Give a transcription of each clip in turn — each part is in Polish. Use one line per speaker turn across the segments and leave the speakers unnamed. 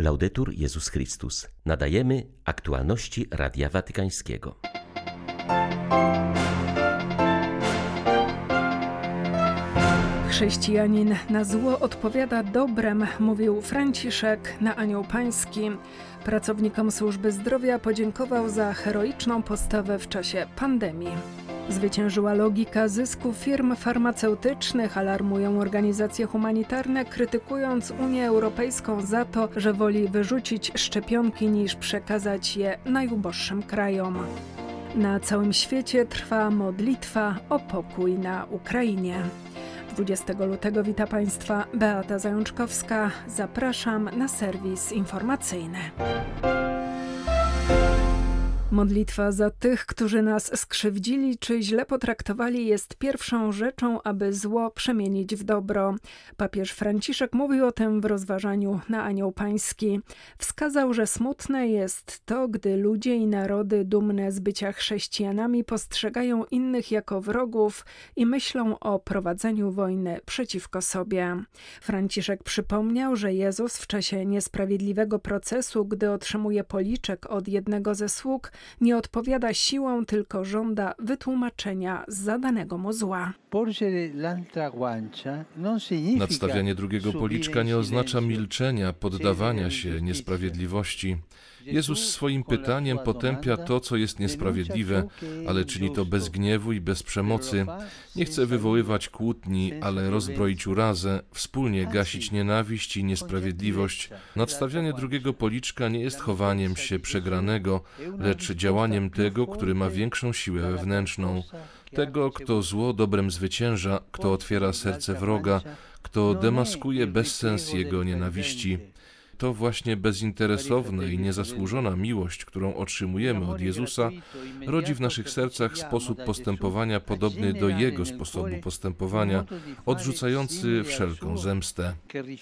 Laudetur Jezus Chrystus. Nadajemy aktualności Radia Watykańskiego.
Chrześcijanin na zło odpowiada dobrem, mówił Franciszek na Anioł Pański. Pracownikom służby zdrowia podziękował za heroiczną postawę w czasie pandemii. Zwyciężyła logika zysku firm farmaceutycznych, alarmują organizacje humanitarne, krytykując Unię Europejską za to, że woli wyrzucić szczepionki niż przekazać je najuboższym krajom. Na całym świecie trwa modlitwa o pokój na Ukrainie. 20 lutego wita Państwa Beata Zajączkowska. Zapraszam na serwis informacyjny. Modlitwa za tych, którzy nas skrzywdzili czy źle potraktowali, jest pierwszą rzeczą, aby zło przemienić w dobro. Papież Franciszek mówił o tym w rozważaniu na Anioł Pański. Wskazał, że smutne jest to, gdy ludzie i narody dumne z bycia chrześcijanami postrzegają innych jako wrogów i myślą o prowadzeniu wojny przeciwko sobie. Franciszek przypomniał, że Jezus w czasie niesprawiedliwego procesu, gdy otrzymuje policzek od jednego ze sług, nie odpowiada siłą, tylko żąda wytłumaczenia z zadanego mu zła.
Nadstawianie drugiego policzka nie oznacza milczenia, poddawania się niesprawiedliwości. Jezus swoim pytaniem potępia to, co jest niesprawiedliwe, ale czyni to bez gniewu i bez przemocy. Nie chce wywoływać kłótni, ale rozbroić urazę, wspólnie gasić nienawiść i niesprawiedliwość. Nadstawianie drugiego policzka nie jest chowaniem się przegranego, lecz działaniem tego, który ma większą siłę wewnętrzną. Tego, kto zło dobrem zwycięża, kto otwiera serce wroga, kto demaskuje bezsens jego nienawiści. To właśnie bezinteresowna i niezasłużona miłość, którą otrzymujemy od Jezusa, rodzi w naszych sercach sposób postępowania podobny do Jego sposobu postępowania, odrzucający wszelką zemstę.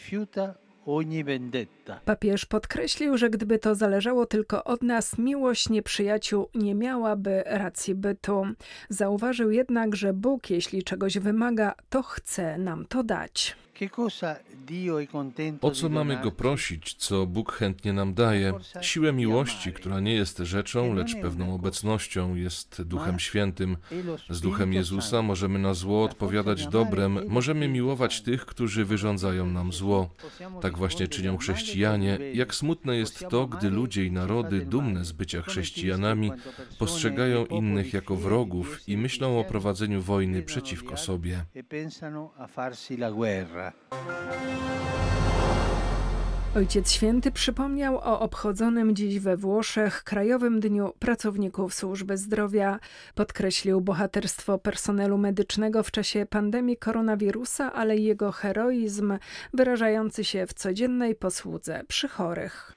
Papież podkreślił, że gdyby to zależało tylko od nas, miłość nieprzyjaciół nie miałaby racji bytu. Zauważył jednak, że Bóg, jeśli czegoś wymaga, to chce nam to dać.
O co mamy Go prosić, co Bóg chętnie nam daje? Siłę miłości, która nie jest rzeczą, lecz pewną obecnością, jest Duchem Świętym. Z Duchem Jezusa możemy na zło odpowiadać dobrem, możemy miłować tych, którzy wyrządzają nam zło. Tak właśnie czynią chrześcijanie. Jak smutne jest to, gdy ludzie i narody dumne z bycia chrześcijanami postrzegają innych jako wrogów i myślą o prowadzeniu wojny przeciwko sobie.
Ojciec Święty przypomniał o obchodzonym dziś we Włoszech Krajowym Dniu Pracowników Służby Zdrowia. Podkreślił bohaterstwo personelu medycznego w czasie pandemii koronawirusa, ale i jego heroizm wyrażający się w codziennej posłudze przy chorych.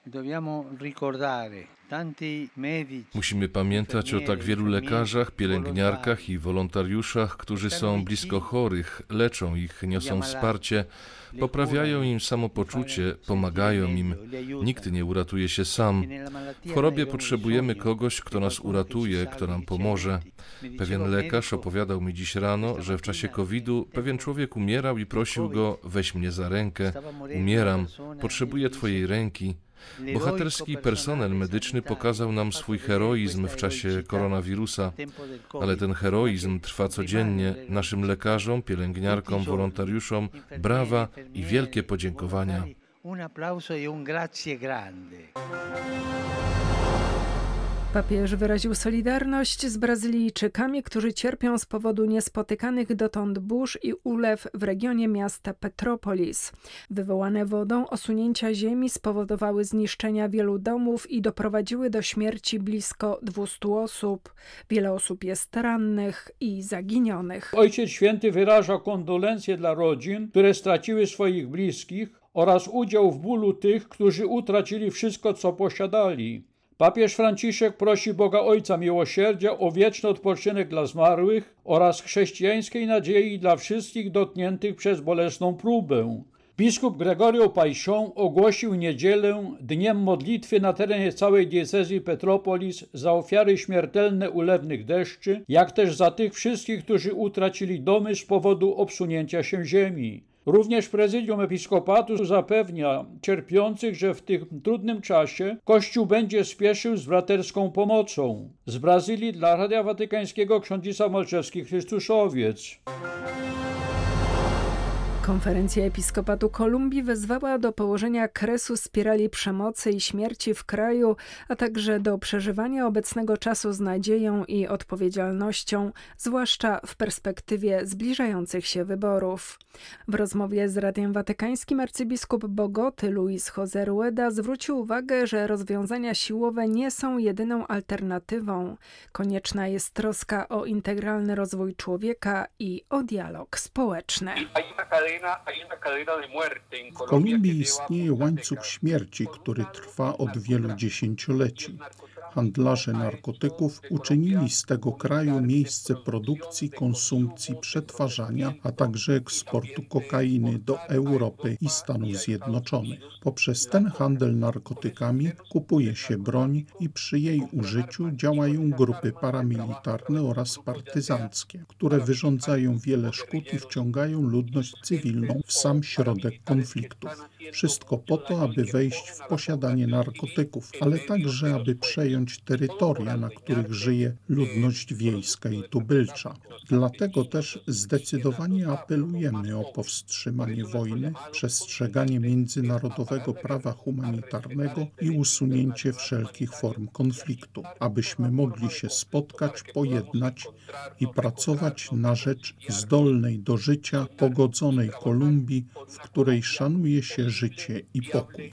Musimy pamiętać o tak wielu lekarzach, pielęgniarkach i wolontariuszach, którzy są blisko chorych, leczą ich, niosą wsparcie, poprawiają im samopoczucie, pomagają im. Nikt nie uratuje się sam. W chorobie potrzebujemy kogoś, kto nas uratuje, kto nam pomoże. Pewien lekarz opowiadał mi dziś rano, że w czasie COVID-u pewien człowiek umierał i prosił go: weź mnie za rękę, umieram, potrzebuję twojej ręki. Bohaterski personel medyczny pokazał nam swój heroizm w czasie koronawirusa, ale ten heroizm trwa codziennie. Naszym lekarzom, pielęgniarkom, wolontariuszom brawa i wielkie podziękowania.
Papież wyraził solidarność z Brazylijczykami, którzy cierpią z powodu niespotykanych dotąd burz i ulew w regionie miasta Petrópolis. Wywołane wodą osunięcia ziemi spowodowały zniszczenia wielu domów i doprowadziły do śmierci blisko 200 osób. Wiele osób jest rannych i zaginionych.
Ojciec Święty wyraża kondolencje dla rodzin, które straciły swoich bliskich, oraz udział w bólu tych, którzy utracili wszystko, co posiadali. Papież Franciszek prosi Boga Ojca Miłosierdzia o wieczny odpoczynek dla zmarłych oraz chrześcijańskiej nadziei dla wszystkich dotkniętych przez bolesną próbę. Biskup Gregorio Paixão ogłosił niedzielę dniem modlitwy na terenie całej diecezji Petrópolis za ofiary śmiertelne ulewnych deszczy, jak też za tych wszystkich, którzy utracili domy z powodu obsunięcia się ziemi. Również prezydium episkopatu zapewnia cierpiących, że w tym trudnym czasie Kościół będzie spieszył z braterską pomocą. Z Brazylii dla Radia Watykańskiego ksiądz Dzisław Malczewski, Chrystuszowiec.
Konferencja Episkopatu Kolumbii wezwała do położenia kresu spirali przemocy i śmierci w kraju, a także do przeżywania obecnego czasu z nadzieją i odpowiedzialnością, zwłaszcza w perspektywie zbliżających się wyborów. W rozmowie z Radiem Watykańskim arcybiskup Bogoty Luis José Rueda zwrócił uwagę, że rozwiązania siłowe nie są jedyną alternatywą. Konieczna jest troska o integralny rozwój człowieka i o dialog społeczny.
W Kolumbii istnieje łańcuch śmierci, który trwa od wielu dziesięcioleci. Handlarze narkotyków uczynili z tego kraju miejsce produkcji, konsumpcji, przetwarzania, a także eksportu kokainy do Europy i Stanów Zjednoczonych. Poprzez ten handel narkotykami kupuje się broń i przy jej użyciu działają grupy paramilitarne oraz partyzanckie, które wyrządzają wiele szkód i wciągają ludność cywilną w sam środek konfliktów. Wszystko po to, aby wejść w posiadanie narkotyków, ale także, aby przejąć terytoria, na których żyje ludność wiejska i tubylcza. Dlatego też zdecydowanie apelujemy o powstrzymanie wojny, przestrzeganie międzynarodowego prawa humanitarnego i usunięcie wszelkich form konfliktu, abyśmy mogli się spotkać, pojednać i pracować na rzecz zdolnej do życia, pogodzonej Kolumbii, w której szanuje się życie i pokój.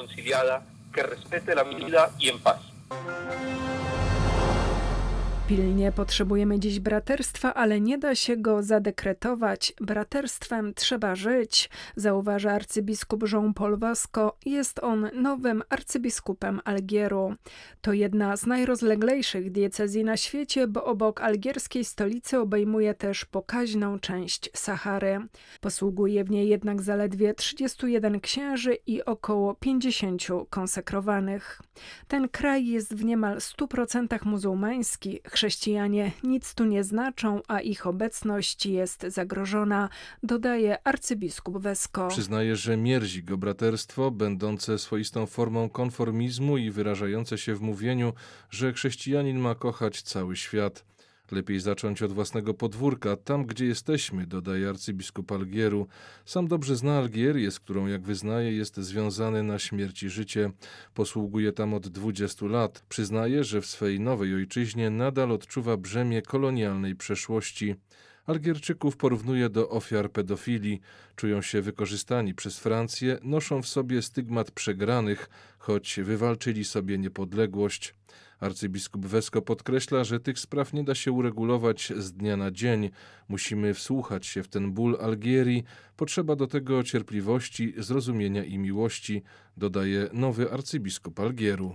Pilnie potrzebujemy dziś braterstwa, ale nie da się go zadekretować. Braterstwem trzeba żyć, zauważa arcybiskup Jean-Paul Vasco. Jest on nowym arcybiskupem Algieru. To jedna z najrozleglejszych diecezji na świecie, bo obok algierskiej stolicy obejmuje też pokaźną część Sahary. Posługuje w niej jednak zaledwie 31 księży i około 50 konsekrowanych. Ten kraj jest w niemal 100% muzułmański. Chrześcijanie nic tu nie znaczą, a ich obecność jest zagrożona, dodaje arcybiskup Vesco.
Przyznaje, że mierzi go braterstwo, będące swoistą formą konformizmu i wyrażające się w mówieniu, że chrześcijanin ma kochać cały świat. Lepiej zacząć od własnego podwórka, tam gdzie jesteśmy, dodaje arcybiskup Algieru. Sam dobrze zna Algierię, z którą, jak wyznaje, jest związany na śmierć i życie. Posługuje tam od 20 lat. Przyznaje, że w swej nowej ojczyźnie nadal odczuwa brzemię kolonialnej przeszłości. Algierczyków porównuje do ofiar pedofilii. Czują się wykorzystani przez Francję, noszą w sobie stygmat przegranych, choć wywalczyli sobie niepodległość. Arcybiskup Vesco podkreśla, że tych spraw nie da się uregulować z dnia na dzień. Musimy wsłuchać się w ten ból Algierii. Potrzeba do tego cierpliwości, zrozumienia i miłości, dodaje nowy arcybiskup Algieru.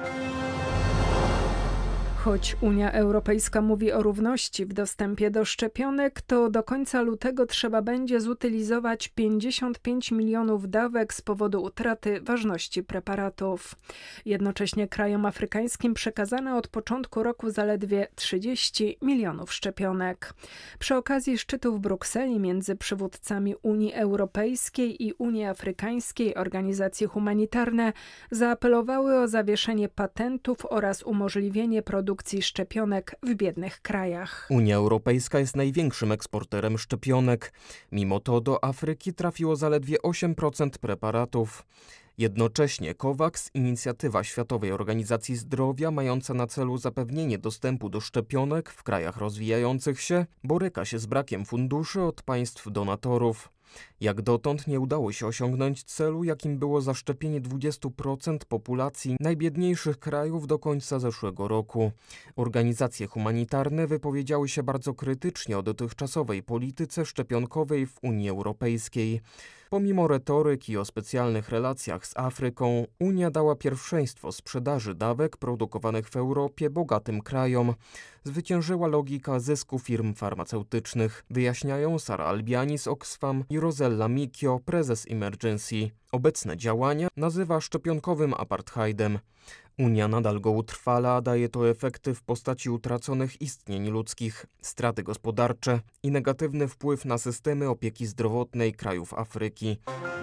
Choć Unia Europejska mówi o równości w dostępie do szczepionek, to do końca lutego trzeba będzie zutylizować 55 milionów dawek z powodu utraty ważności preparatów. Jednocześnie krajom afrykańskim przekazano od początku roku zaledwie 30 milionów szczepionek. Przy okazji szczytu w Brukseli między przywódcami Unii Europejskiej i Unii Afrykańskiej organizacje humanitarne zaapelowały o zawieszenie patentów oraz umożliwienie produkcji szczepionek w biednych krajach.
Unia Europejska jest największym eksporterem szczepionek. Mimo to do Afryki trafiło zaledwie 8% preparatów. Jednocześnie COVAX, inicjatywa Światowej Organizacji Zdrowia mająca na celu zapewnienie dostępu do szczepionek w krajach rozwijających się, boryka się z brakiem funduszy od państw donatorów. Jak dotąd nie udało się osiągnąć celu, jakim było zaszczepienie 20% populacji najbiedniejszych krajów do końca zeszłego roku. Organizacje humanitarne wypowiedziały się bardzo krytycznie o dotychczasowej polityce szczepionkowej w Unii Europejskiej. Pomimo retoryki o specjalnych relacjach z Afryką, Unia dała pierwszeństwo sprzedaży dawek produkowanych w Europie bogatym krajom. Zwyciężyła logika zysku firm farmaceutycznych, wyjaśniają Sara Albiani z Oxfam i Rosella Micchio, prezes Emergency. Obecne działania nazywa szczepionkowym apartheidem. Unia nadal go utrwala, daje to efekty w postaci utraconych istnień ludzkich, straty gospodarcze i negatywny wpływ na systemy opieki zdrowotnej krajów Afryki.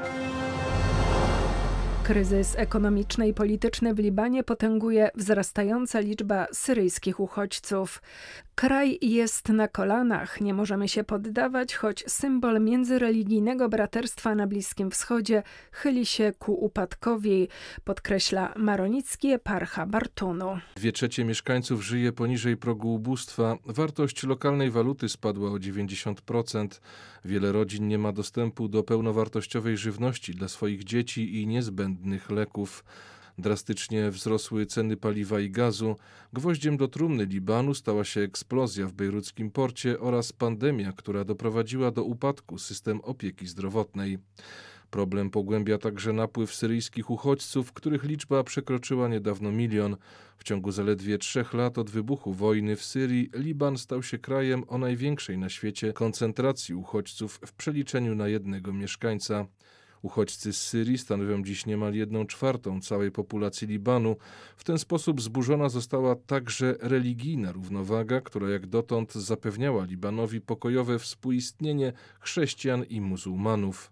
Kryzys ekonomiczny i polityczny w Libanie potęguje wzrastająca liczba syryjskich uchodźców. Kraj jest na kolanach, nie możemy się poddawać, choć symbol międzyreligijnego braterstwa na Bliskim Wschodzie chyli się ku upadkowi, podkreśla maronicki eparcha Bartunu.
2/3 mieszkańców żyje poniżej progu ubóstwa, wartość lokalnej waluty spadła o 90%, wiele rodzin nie ma dostępu do pełnowartościowej żywności dla swoich dzieci i niezbędnych leków. Drastycznie wzrosły ceny paliwa i gazu. Gwoździem do trumny Libanu stała się eksplozja w bejruckim porcie oraz pandemia, która doprowadziła do upadku systemu opieki zdrowotnej. Problem pogłębia także napływ syryjskich uchodźców, których liczba przekroczyła niedawno 1 milion. W ciągu zaledwie 3 lat od wybuchu wojny w Syrii Liban stał się krajem o największej na świecie koncentracji uchodźców w przeliczeniu na jednego mieszkańca. Uchodźcy z Syrii stanowią dziś niemal 1/4 całej populacji Libanu. W ten sposób zburzona została także religijna równowaga, która jak dotąd zapewniała Libanowi pokojowe współistnienie chrześcijan i muzułmanów.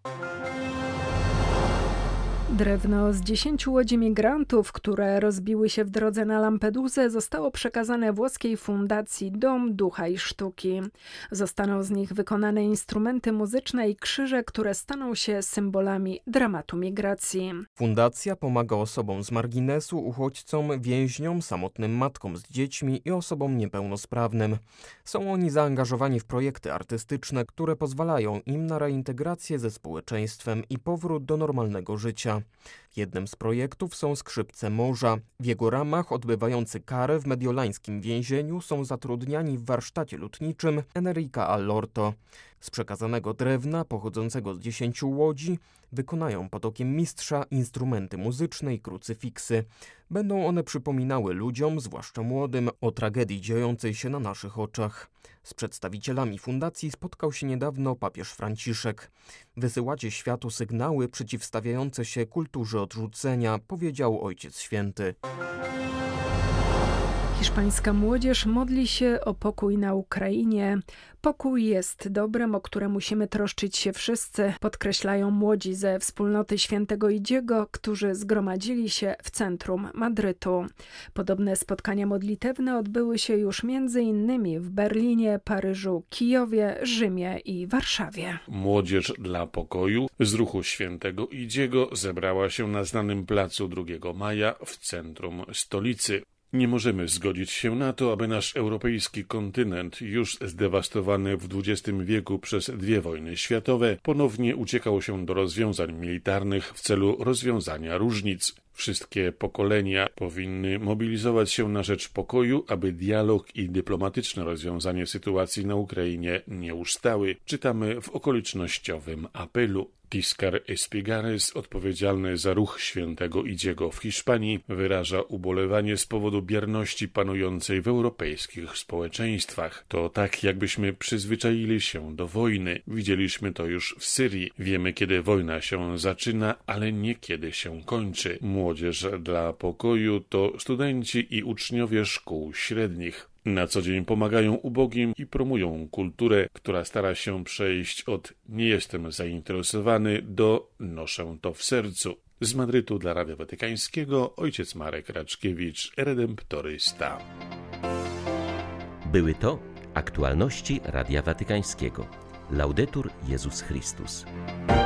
Drewno z 10 łodzi migrantów, które rozbiły się w drodze na Lampedusę, zostało przekazane włoskiej fundacji Dom Ducha i Sztuki. Zostaną z nich wykonane instrumenty muzyczne i krzyże, które staną się symbolami dramatu migracji.
Fundacja pomaga osobom z marginesu, uchodźcom, więźniom, samotnym matkom z dziećmi i osobom niepełnosprawnym. Są oni zaangażowani w projekty artystyczne, które pozwalają im na reintegrację ze społeczeństwem i powrót do normalnego życia. Jednym z projektów są Skrzypce Morza. W jego ramach odbywający karę w mediolańskim więzieniu są zatrudniani w warsztacie lutniczym Enrica Allorto. Z przekazanego drewna pochodzącego z 10 łodzi wykonają pod okiem mistrza instrumenty muzyczne i krucyfiksy. Będą one przypominały ludziom, zwłaszcza młodym, o tragedii dziejącej się na naszych oczach. Z przedstawicielami fundacji spotkał się niedawno papież Franciszek. Wysyłacie światu sygnały przeciwstawiające się kulturze odrzucenia, powiedział Ojciec Święty.
Hiszpańska młodzież modli się o pokój na Ukrainie. Pokój jest dobrem, o które musimy troszczyć się wszyscy, podkreślają młodzi ze wspólnoty Świętego Idziego, którzy zgromadzili się w centrum Madrytu. Podobne spotkania modlitewne odbyły się już m.in. w Berlinie, Paryżu, Kijowie, Rzymie i Warszawie.
Młodzież dla pokoju z ruchu Świętego Idziego zebrała się na znanym placu 2 maja w centrum stolicy. Nie możemy zgodzić się na to, aby nasz europejski kontynent, już zdewastowany w XX wieku przez 2 wojny światowe, ponownie uciekał się do rozwiązań militarnych w celu rozwiązania różnic. Wszystkie pokolenia powinny mobilizować się na rzecz pokoju, aby dialog i dyplomatyczne rozwiązanie sytuacji na Ukrainie nie ustały, czytamy w okolicznościowym apelu. Tiscar Espigares, odpowiedzialny za ruch Świętego Idziego w Hiszpanii, wyraża ubolewanie z powodu bierności panującej w europejskich społeczeństwach. To tak, jakbyśmy przyzwyczaili się do wojny. Widzieliśmy to już w Syrii. Wiemy, kiedy wojna się zaczyna, ale nie kiedy się kończy. Młodzież dla pokoju to studenci i uczniowie szkół średnich. Na co dzień pomagają ubogim i promują kulturę, która stara się przejść od nie jestem zainteresowany do noszę to w sercu. Z Madrytu dla Radia Watykańskiego ojciec Marek Raczkiewicz, redemptorysta.
Były to aktualności Radia Watykańskiego. Laudetur Jezus Chrystus.